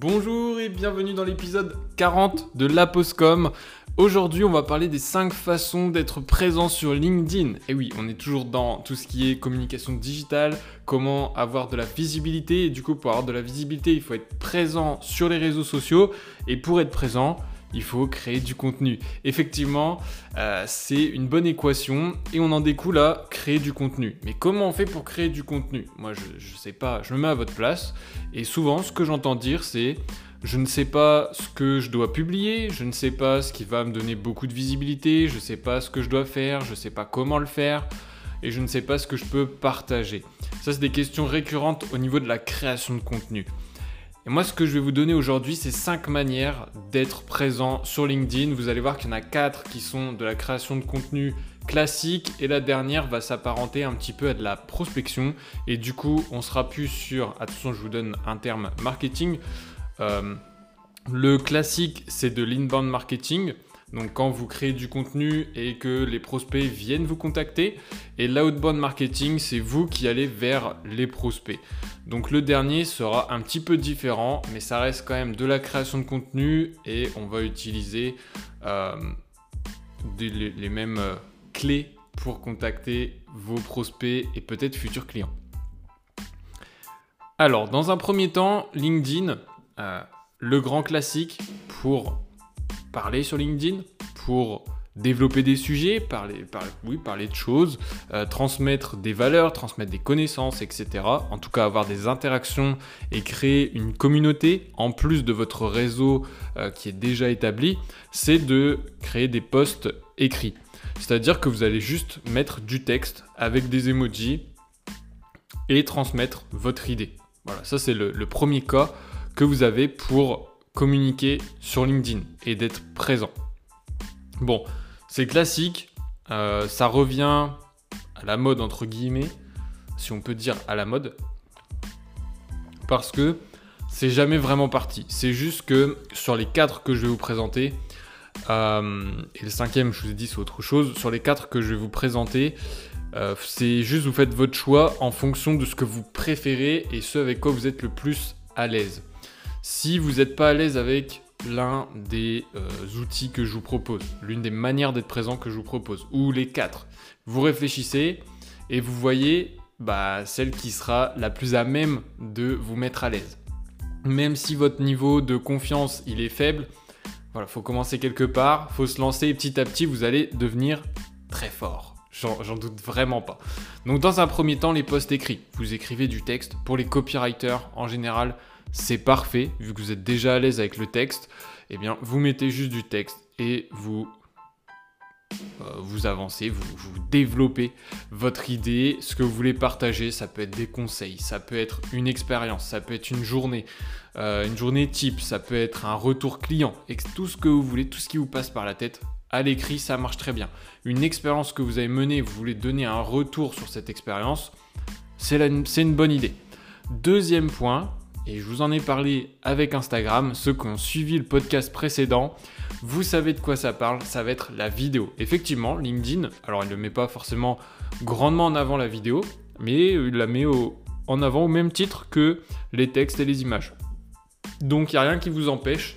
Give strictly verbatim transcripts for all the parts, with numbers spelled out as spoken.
Bonjour et bienvenue dans l'épisode quarante de La Postcom. Aujourd'hui, on va parler des cinq façons d'être présent sur LinkedIn. Et oui, on est toujours dans tout ce qui est communication digitale, comment avoir de la visibilité. Et du coup, pour avoir de la visibilité, il faut être présent sur les réseaux sociaux. Et pour être présent, il faut créer du contenu. Effectivement, euh, c'est une bonne équation et on en découle à créer du contenu. Mais comment on fait pour créer du contenu ? Moi, je ne sais pas, je me mets à votre place et souvent, ce que j'entends dire, c'est « je ne sais pas ce que je dois publier, je ne sais pas ce qui va me donner beaucoup de visibilité, je ne sais pas ce que je dois faire, je ne sais pas comment le faire et je ne sais pas ce que je peux partager ». Ça, c'est des questions récurrentes au niveau de la création de contenu. Et moi, ce que je vais vous donner aujourd'hui, c'est cinq manières d'être présent sur LinkedIn. Vous allez voir qu'il y en a quatre qui sont de la création de contenu classique et la dernière va s'apparenter un petit peu à de la prospection. Et du coup, on sera plus sur, attention, je vous donne un terme marketing. Euh, le classique, c'est de l'inbound marketing. Donc quand vous créez du contenu et que les prospects viennent vous contacter. Et l'outbound marketing, c'est vous qui allez vers les prospects. Donc le dernier sera un petit peu différent, mais ça reste quand même de la création de contenu et on va utiliser euh, des, les, les mêmes euh, clés pour contacter vos prospects et peut-être futurs clients. Alors dans un premier temps, LinkedIn, euh, le grand classique pour parler sur LinkedIn, pour développer des sujets, parler, parler, oui, parler de choses, euh, transmettre des valeurs, transmettre des connaissances, et cetera. En tout cas, avoir des interactions et créer une communauté en plus de votre réseau euh, qui est déjà établi, c'est de créer des posts écrits. C'est-à-dire que vous allez juste mettre du texte avec des emojis et transmettre votre idée. Voilà, ça c'est le, le premier cas que vous avez pour communiquer sur LinkedIn et d'être présent. Bon, c'est classique, euh, ça revient à la mode entre guillemets, si on peut dire à la mode, parce que c'est jamais vraiment parti. C'est juste que sur les quatre que je vais vous présenter, euh, et le cinquième, je vous ai dit, c'est autre chose. Sur les quatre que je vais vous présenter, euh, c'est juste vous faites votre choix en fonction de ce que vous préférez et ce avec quoi vous êtes le plus à l'aise. Si vous n'êtes pas à l'aise avec l'un des euh, outils que je vous propose, l'une des manières d'être présent que je vous propose, ou les quatre, vous réfléchissez et vous voyez bah, celle qui sera la plus à même de vous mettre à l'aise. Même si votre niveau de confiance il est faible, voilà, faut commencer quelque part, faut se lancer et petit à petit vous allez devenir très fort. J'en, j'en doute vraiment pas. Donc dans un premier temps, les posts écrits. Vous écrivez du texte. Pour les copywriters, en général, c'est parfait. Vu que vous êtes déjà à l'aise avec le texte, eh bien, vous mettez juste du texte et vous, euh, vous avancez, vous, vous développez votre idée, ce que vous voulez partager. Ça peut être des conseils, ça peut être une expérience, ça peut être une journée, euh, une journée type, ça peut être un retour client. Et tout ce que vous voulez, tout ce qui vous passe par la tête, à l'écrit, ça marche très bien. Une expérience que vous avez menée, vous voulez donner un retour sur cette expérience, c'est, la, c'est une bonne idée. Deuxième point, et je vous en ai parlé avec Instagram, ceux qui ont suivi le podcast précédent, vous savez de quoi ça parle, ça va être la vidéo. Effectivement, LinkedIn, alors il ne met pas forcément grandement en avant la vidéo, mais il la met au, en avant au même titre que les textes et les images. Donc il n'y a rien qui vous empêche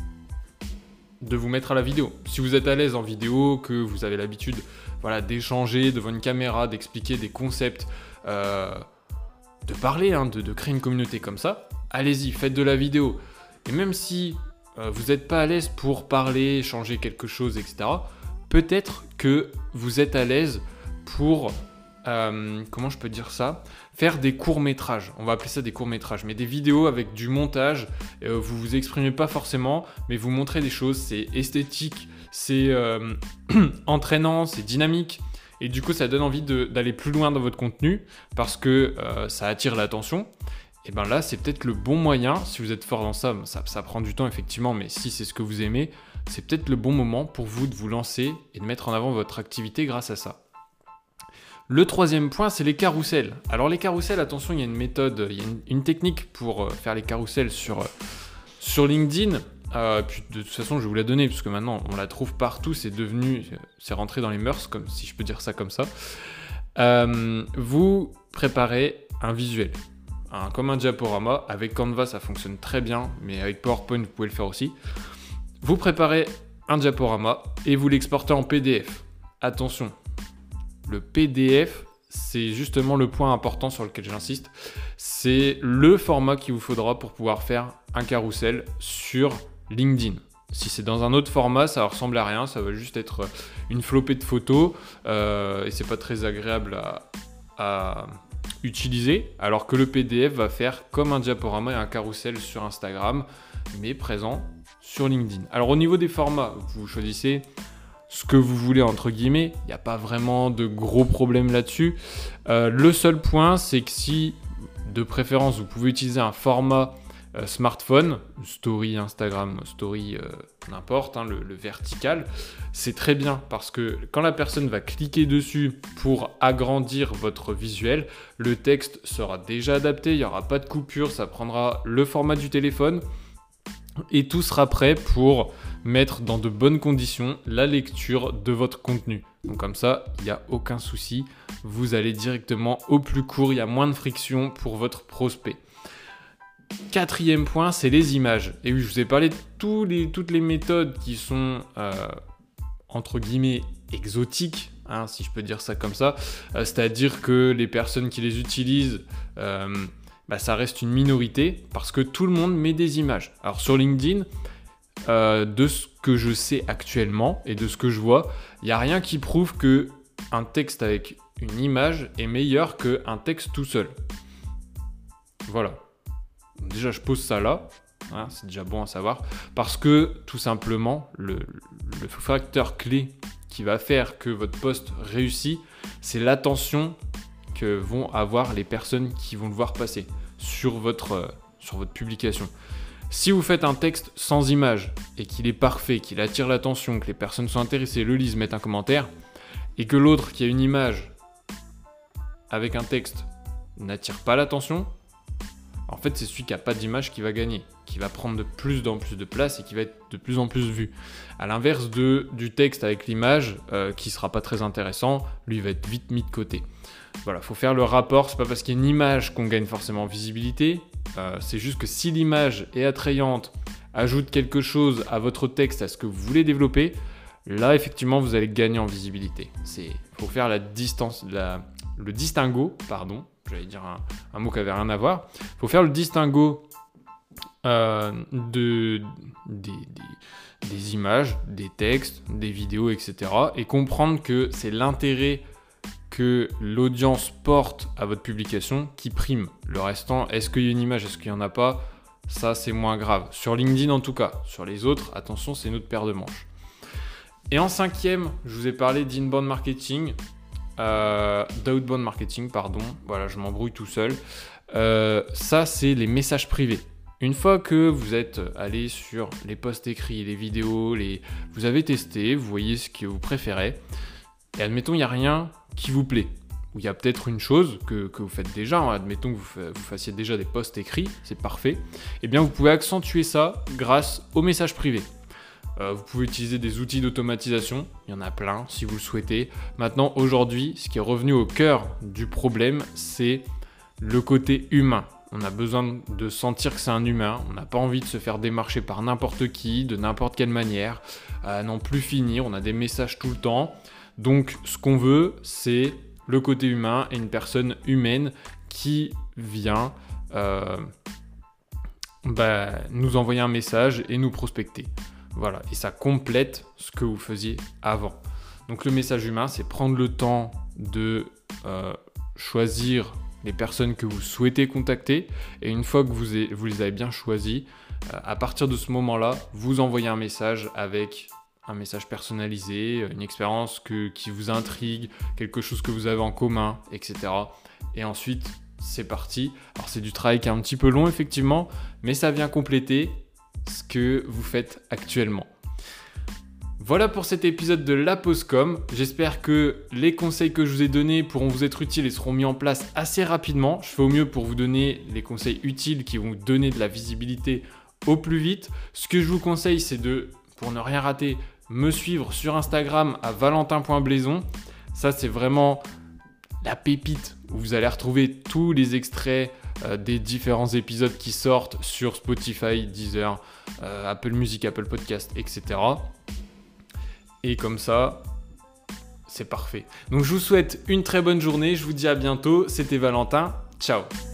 de vous mettre à la vidéo. Si vous êtes à l'aise en vidéo, que vous avez l'habitude voilà, d'échanger devant une caméra, d'expliquer des concepts, euh, de parler, hein, de, de créer une communauté comme ça, allez-y, faites de la vidéo. Et même si euh, vous n'êtes pas à l'aise pour parler, changer quelque chose, et cetera, peut-être que vous êtes à l'aise pour, euh, comment je peux dire ça, faire des courts-métrages. On va appeler ça des courts-métrages, mais des vidéos avec du montage. Euh, vous vous exprimez pas forcément, mais vous montrez des choses. C'est esthétique, c'est euh, entraînant, c'est dynamique. Et du coup, ça donne envie de, d'aller plus loin dans votre contenu parce que euh, ça attire l'attention. Et bien là, c'est peut-être le bon moyen. Si vous êtes fort dans ça, ça, ça prend du temps effectivement, mais si c'est ce que vous aimez, c'est peut-être le bon moment pour vous de vous lancer et de mettre en avant votre activité grâce à ça. Le troisième point, c'est les carousels. Alors les carousels, attention, il y a une méthode, il y a une, une technique pour faire les carousels sur, sur LinkedIn. Euh, puis de toute façon, je vais vous la donner, puisque maintenant, on la trouve partout, c'est devenu, c'est rentré dans les mœurs, comme, si je peux dire ça comme ça. Euh, vous préparez un visuel. un, comme un diaporama. Avec Canva, ça fonctionne très bien, mais avec PowerPoint, vous pouvez le faire aussi. Vous préparez un diaporama et vous l'exportez en P D F. Attention, le P D F, c'est justement le point important sur lequel j'insiste. C'est le format qu'il vous faudra pour pouvoir faire un carrousel sur LinkedIn. Si c'est dans un autre format, ça ressemble à rien, ça va juste être une flopée de photos euh, et c'est pas très agréable à, à utiliser. Alors que le P D F va faire comme un diaporama et un carrousel sur Instagram, mais présent sur LinkedIn. Alors au niveau des formats, vous choisissez ce que vous voulez entre guillemets, il n'y a pas vraiment de gros problèmes là-dessus. Euh, le seul point, c'est que si de préférence vous pouvez utiliser un format euh, smartphone, story Instagram, story euh, n'importe, hein, le, le vertical, c'est très bien parce que quand la personne va cliquer dessus pour agrandir votre visuel, le texte sera déjà adapté, il n'y aura pas de coupure, ça prendra le format du téléphone et tout sera prêt pour mettre dans de bonnes conditions la lecture de votre contenu. Donc comme ça, il n'y a aucun souci, vous allez directement au plus court, il y a moins de friction pour votre prospect. Quatrième point, c'est les images. Et oui, je vous ai parlé de tous les, toutes les méthodes qui sont, euh, entre guillemets, exotiques, hein, si je peux dire ça comme ça. Euh, c'est-à-dire que les personnes qui les utilisent, euh, bah, ça reste une minorité parce que tout le monde met des images. Alors sur LinkedIn, euh, de ce que je sais actuellement et de ce que je vois, il n'y a rien qui prouve qu'un texte avec une image est meilleur qu'un texte tout seul. Voilà. Déjà, je pose ça là, hein, c'est déjà bon à savoir, parce que tout simplement, le, le facteur clé qui va faire que votre post réussit, c'est l'attention que vont avoir les personnes qui vont le voir passer sur votre, euh, sur votre publication. Si vous faites un texte sans image et qu'il est parfait, qu'il attire l'attention, que les personnes sont intéressées, le lisent, mettent un commentaire, et que l'autre qui a une image avec un texte n'attire pas l'attention, en fait, c'est celui qui n'a pas d'image qui va gagner, qui va prendre de plus en plus de place et qui va être de plus en plus vu. À l'inverse de, du texte avec l'image, euh, qui ne sera pas très intéressant, lui va être vite mis de côté. Voilà, il faut faire le rapport, c'est pas parce qu'il y a une image qu'on gagne forcément en visibilité, euh, c'est juste que si l'image est attrayante, ajoute quelque chose à votre texte, à ce que vous voulez développer, là, effectivement, vous allez gagner en visibilité. Il faut faire la distance, la, le distinguo, pardon, j'allais dire un, un mot qui n'avait rien à voir. Il faut faire le distinguo euh, de, des, des, des images, des textes, des vidéos, et cetera. Et comprendre que c'est l'intérêt que l'audience porte à votre publication qui prime. Le restant, est-ce qu'il y a une image, est-ce qu'il n'y en a pas? Ça, c'est moins grave. Sur LinkedIn, en tout cas. Sur les autres, attention, c'est une autre paire de manches. Et en cinquième, je vous ai parlé d'inbound marketing. Euh, d'outbound marketing, pardon, voilà, je m'embrouille tout seul. Euh, ça, c'est les messages privés. Une fois que vous êtes allé sur les posts écrits, les vidéos, les... vous avez testé, vous voyez ce que vous préférez, et admettons, il n'y a rien qui vous plaît, ou il y a peut-être une chose que, que vous faites déjà, hein, admettons que vous, vous fassiez déjà des posts écrits, c'est parfait, et bien vous pouvez accentuer ça grâce aux messages privés. Euh, vous pouvez utiliser des outils d'automatisation, il y en a plein si vous le souhaitez. Maintenant, aujourd'hui, ce qui est revenu au cœur du problème, c'est le côté humain. On a besoin de sentir que c'est un humain, on n'a pas envie de se faire démarcher par n'importe qui, de n'importe quelle manière, à n'en plus finir, on a des messages tout le temps. Donc, ce qu'on veut, c'est le côté humain et une personne humaine qui vient euh, bah, nous envoyer un message et nous prospecter. Voilà, et ça complète ce que vous faisiez avant. Donc le message humain, c'est prendre le temps de euh, choisir les personnes que vous souhaitez contacter. Et une fois que vous, avez, vous les avez bien choisies, euh, à partir de ce moment-là, vous envoyez un message avec un message personnalisé, une expérience que, qui vous intrigue, quelque chose que vous avez en commun, et cetera. Et ensuite, c'est parti. Alors c'est du travail qui est un petit peu long, effectivement, mais ça vient compléter ce que vous faites actuellement. Voilà pour cet épisode de La Pause Com. J'espère que les conseils que je vous ai donnés pourront vous être utiles et seront mis en place assez rapidement. Je fais au mieux pour vous donner les conseils utiles qui vont vous donner de la visibilité au plus vite. Ce que je vous conseille, c'est de, pour ne rien rater, me suivre sur Instagram à valentin point blaison. Ça, c'est vraiment la pépite où vous allez retrouver tous les extraits euh, des différents épisodes qui sortent sur Spotify, Deezer, euh, Apple Music, Apple Podcast, et cetera. Et comme ça, c'est parfait. Donc je vous souhaite une très bonne journée, je vous dis à bientôt, c'était Valentin, ciao.